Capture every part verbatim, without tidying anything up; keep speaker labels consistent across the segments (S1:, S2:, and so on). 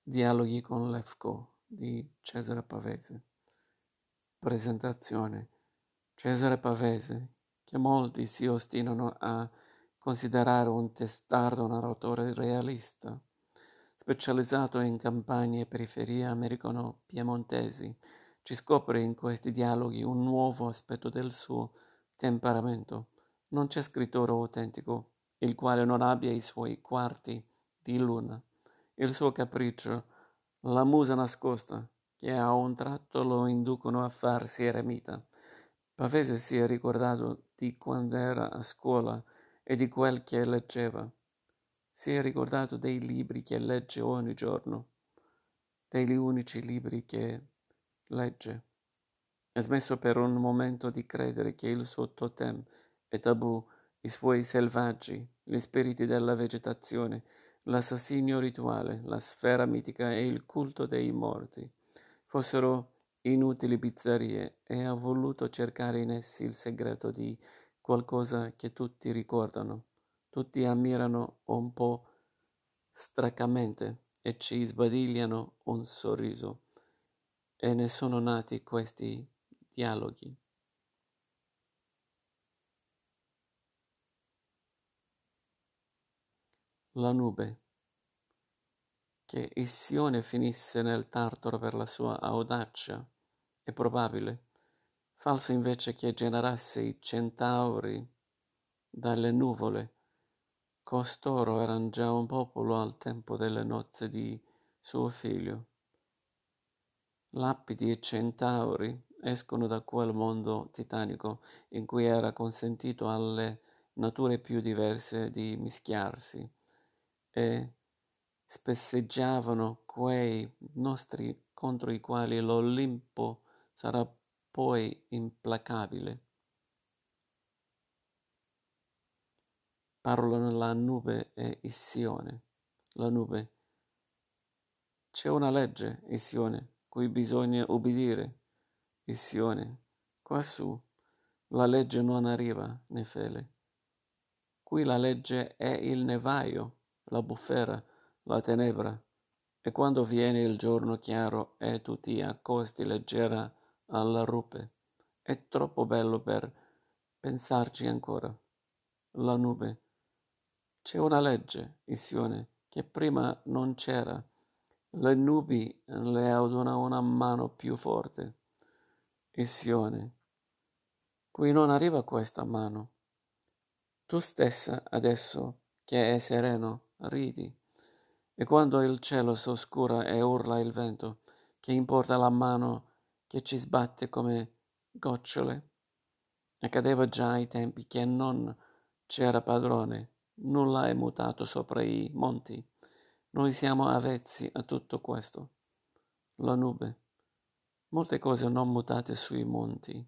S1: Dialoghi con Lefko di Cesare Pavese. Presentazione. Cesare Pavese, che molti si ostinano a considerare un testardo narratore realista, specializzato in campagne e periferie americano-piemontesi, ci scopre in questi dialoghi un nuovo aspetto del suo temperamento. Non c'è scrittore autentico, il quale non abbia i suoi quarti di luna, il suo capriccio, la musa nascosta, che a un tratto lo inducono a farsi eremita. Pavese si è ricordato di quando era a scuola e di quel che leggeva. Si è ricordato dei libri che legge ogni giorno, degli unici libri che legge. Ha smesso per un momento di credere che il suo totem è tabù, i suoi selvaggi, gli spiriti della vegetazione, l'assassinio rituale, la sfera mitica e il culto dei morti fossero inutili bizzarrie e ha voluto cercare in essi il segreto di qualcosa che tutti ricordano, tutti ammirano un po' stracamente e ci sbadigliano un sorriso. E ne sono nati questi dialoghi. La nube, che Issione finisse nel Tartaro per la sua audacia, è probabile. Falso invece che generasse i centauri dalle nuvole. Costoro erano già un popolo al tempo delle nozze di suo figlio. Lapidi e centauri escono da quel mondo titanico in cui era consentito alle nature più diverse di mischiarsi e spesseggiavano quei nostri contro i quali l'Olimpo sarà poi implacabile. Parlano la nube e Issione. La nube. C'è una legge, Issione, cui bisogna ubbidire. Issione. Quassù la legge non arriva, Nefele. Qui la legge è il nevaio, la bufera, la tenebra. E quando viene il giorno chiaro e tu ti accosti leggera alla rupe, è troppo bello per pensarci ancora. La nube. C'è una legge, Issione, che prima non c'era. Le nubi le aduna una mano più forte. Issione. Qui non arriva questa mano. Tu stessa adesso, che è sereno, ridi. E quando il cielo s'oscura e urla il vento, che importa la mano che ci sbatte come gocciole? Accadeva già ai tempi che non c'era padrone, nulla è mutato sopra i monti. Noi siamo avvezzi a tutto questo. La nube. Molte cose non mutate sui monti.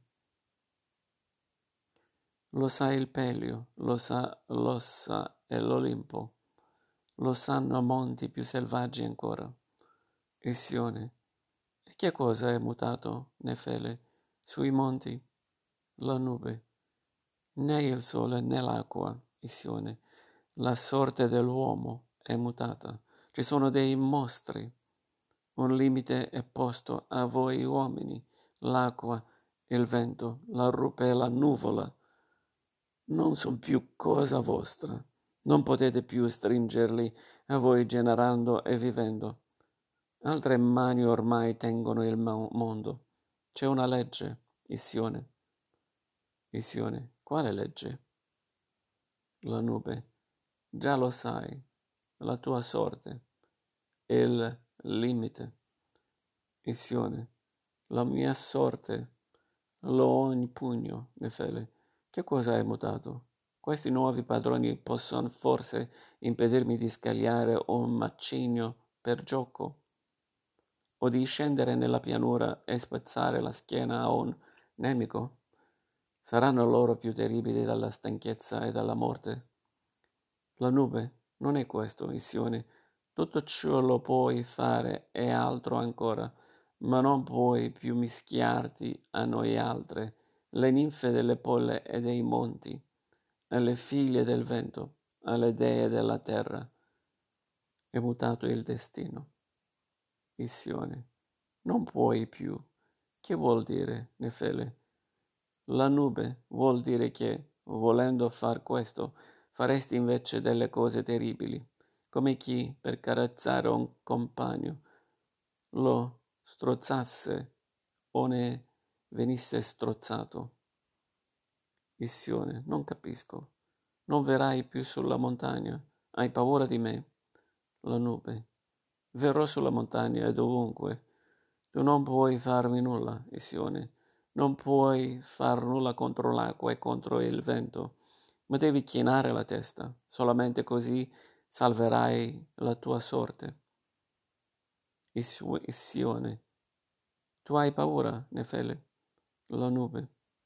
S1: Lo sa il Pelio, lo sa l'Ossa e l'Olimpo. Lo sanno monti più selvaggi ancora. Issione. E che cosa è mutato, Nefele, sui monti? La nube. Né il sole né l'acqua, Issione. La sorte dell'uomo è mutata. Ci sono dei mostri. Un limite è posto a voi uomini. L'acqua, il vento, la rupe e la nuvola non son più cosa vostra. Non potete più stringerli a voi generando e vivendo. Altre mani ormai tengono il mondo. C'è una legge, Issione. Issione, quale legge? La nube. Già lo sai, la tua sorte, il limite. Issione, la mia sorte, l'ho ho in pugno, Nefele. Che cosa è mutato? Questi nuovi padroni possono forse impedirmi di scagliare un macigno per gioco? O di scendere nella pianura e spezzare la schiena a un nemico? Saranno loro più terribili dalla stanchezza e dalla morte? La nube non è questo, Issione. Tutto ciò lo puoi fare e altro ancora, ma non puoi più mischiarti a noi altre, le ninfe delle polle e dei monti, alle figlie del vento, alle dee della terra. È mutato il destino. Issione. Non puoi più. Che vuol dire, Nefele? La nube vuol dire che, volendo far questo, faresti invece delle cose terribili, come chi, per carezzare un compagno, lo strozzasse o ne venisse strozzato. Issione, non capisco. Non verrai più sulla montagna? Hai paura di me? La nube. Verrò sulla montagna e dovunque. Tu non puoi farmi nulla, Issione. Non puoi far nulla contro l'acqua e contro il vento, ma devi chinare la testa. Solamente così salverai la tua sorte. Issu- Issione. Tu hai paura, Nefele? La nube.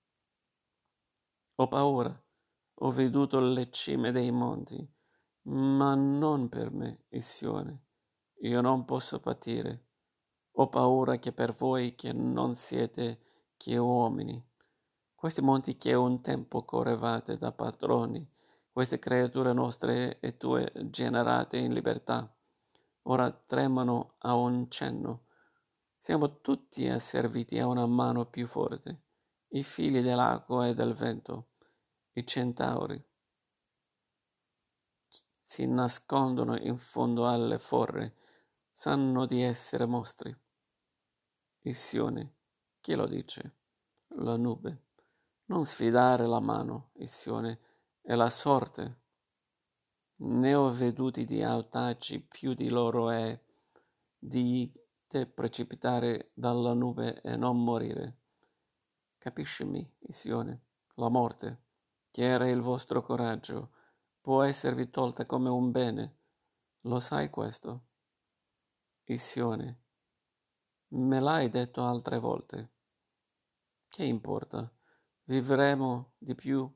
S1: Ho paura. Ho veduto le cime dei monti, ma non per me, Issione. Io non posso patire. Ho paura che per voi che non siete che uomini, questi monti che un tempo correvate da padroni, queste creature nostre e tue generate in libertà, ora tremano a un cenno. Siamo tutti asserviti a una mano più forte, i figli dell'acqua e del vento, i centauri. Si nascondono in fondo alle forre, sanno di essere mostri. Issione, chi lo dice? La nube. Non sfidare la mano, Issione, è la sorte. Ne ho veduti di audaci più di loro e di te precipitare dalla nube e non morire. Capiscimi, Issione, la morte, che era il vostro coraggio, può esservi tolta come un bene. Lo sai questo? Issione, me l'hai detto altre volte. Che importa? Vivremo di più.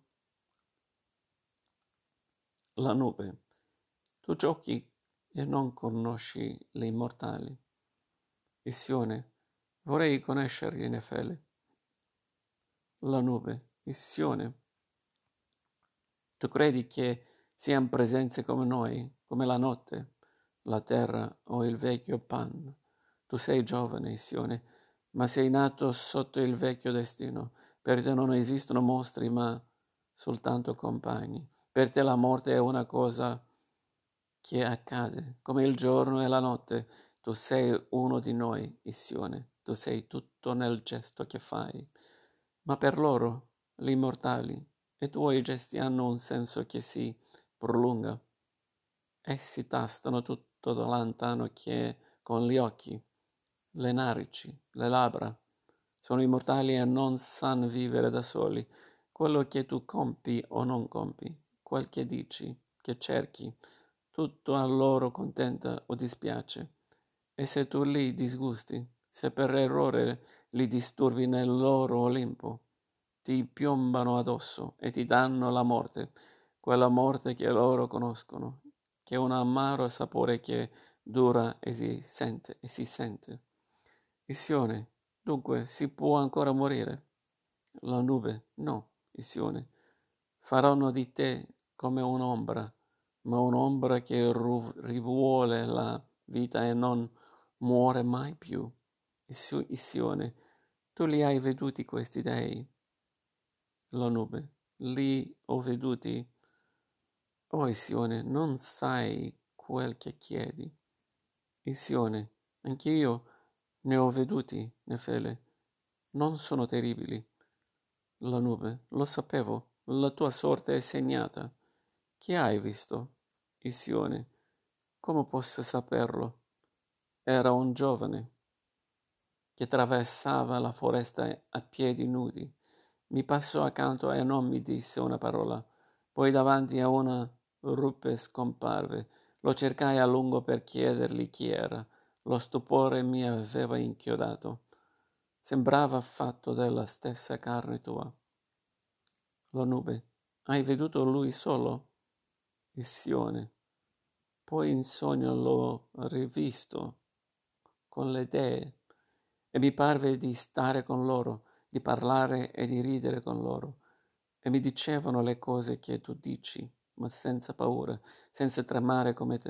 S1: La nube. Tu giochi e non conosci gli immortali. Issione, vorrei conoscerli, Nefele. La nube. Issione, tu credi che siano presenze come noi, come la notte, la terra o il vecchio Pan? Tu sei giovane, Issione, ma sei nato sotto il vecchio destino. Per te non esistono mostri, ma soltanto compagni. Per te la morte è una cosa che accade, come il giorno e la notte. Tu sei uno di noi, Issione. Tu sei tutto nel gesto che fai. Ma per loro, gli immortali, i tuoi gesti hanno un senso che si prolunga. Essi tastano tutto da lontano che con gli occhi, le narici, le labbra. Sono immortali e non sanno vivere da soli. Quello che tu compi o non compi, quel che dici, che cerchi, tutto a loro contenta o dispiace. E se tu li disgusti, se per errore li disturbi nel loro Olimpo, ti piombano addosso e ti danno la morte, quella morte che loro conoscono, che è un amaro sapore che dura e si sente e si sente. Issione, dunque si può ancora morire? La nube, no, Issione, faranno di te come un'ombra, ma un'ombra che ru- rivuole la vita e non muore mai più. Issu- Issione, tu li hai veduti questi dei? La nube, li ho veduti. Oh Issione, non sai quel che chiedi. Issione, anch'io ne ho veduti, Nefele. Non sono terribili. La nube, lo sapevo, la tua sorte è segnata. Chi hai visto? Issione, come posso saperlo? Era un giovane che attraversava la foresta a piedi nudi. Mi passò accanto e non mi disse una parola. Poi davanti a una rupe scomparve. Lo cercai a lungo per chiedergli chi era. Lo stupore mi aveva inchiodato. Sembrava fatto della stessa carne tua. La nube. Hai veduto lui solo? Issione. Poi in sogno l'ho rivisto con le dee e mi parve di stare con loro, di parlare e di ridere con loro. E mi dicevano le cose che tu dici, ma senza paura, senza tremare come te.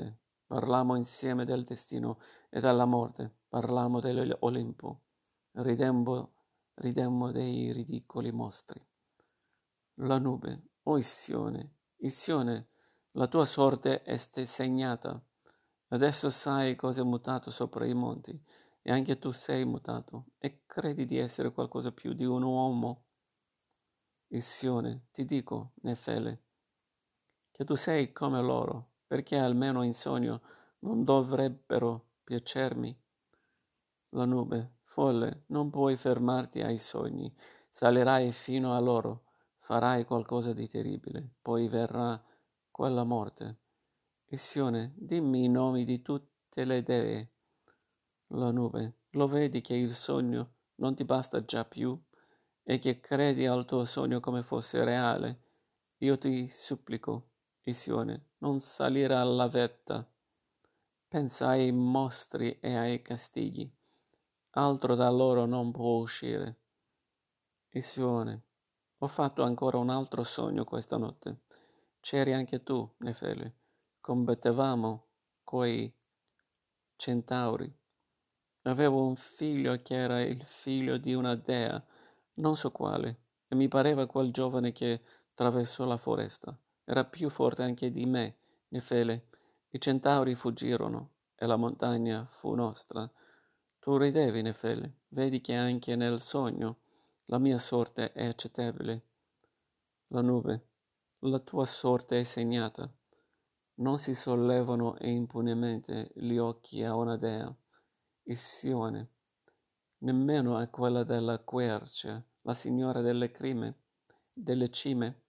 S1: Parlammo insieme del destino e della morte, parlammo dell'Olimpo, ridemmo, ridemmo dei ridicoli mostri. La nube, o Issione, Issione, la tua sorte è segnata. Adesso sai cosa è mutato sopra i monti, e anche tu sei mutato, e credi di essere qualcosa più di un uomo. Issione, ti dico, Nefele, che tu sei come loro, perché almeno in sogno non dovrebbero piacermi. La nube, folle, non puoi fermarti ai sogni, salirai fino a loro, farai qualcosa di terribile, poi verrà quella morte. Issione, dimmi i nomi di tutte le dee. La nube, lo vedi che il sogno non ti basta già più e che credi al tuo sogno come fosse reale? Io ti supplico, Issione, non salire alla vetta. Pensa ai mostri e ai castighi. Altro da loro non può uscire. Issione, ho fatto ancora un altro sogno questa notte. C'eri anche tu, Nefele. Combattevamo coi centauri. Avevo un figlio che era il figlio di una dea, non so quale, e mi pareva quel giovane che attraversò la foresta. Era più forte anche di me, Nefele. I centauri fuggirono e la montagna fu nostra. Tu ridevi, Nefele. Vedi che anche nel sogno la mia sorte è accettabile. La nube, la tua sorte è segnata. Non si sollevano impunemente gli occhi a una dea. Issione, nemmeno a quella della quercia, la signora delle crime, delle cime.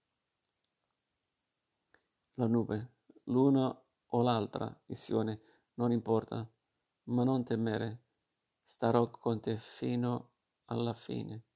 S1: La nube, l'una o l'altra, Issione, non importa, ma non temere, starò con te fino alla fine.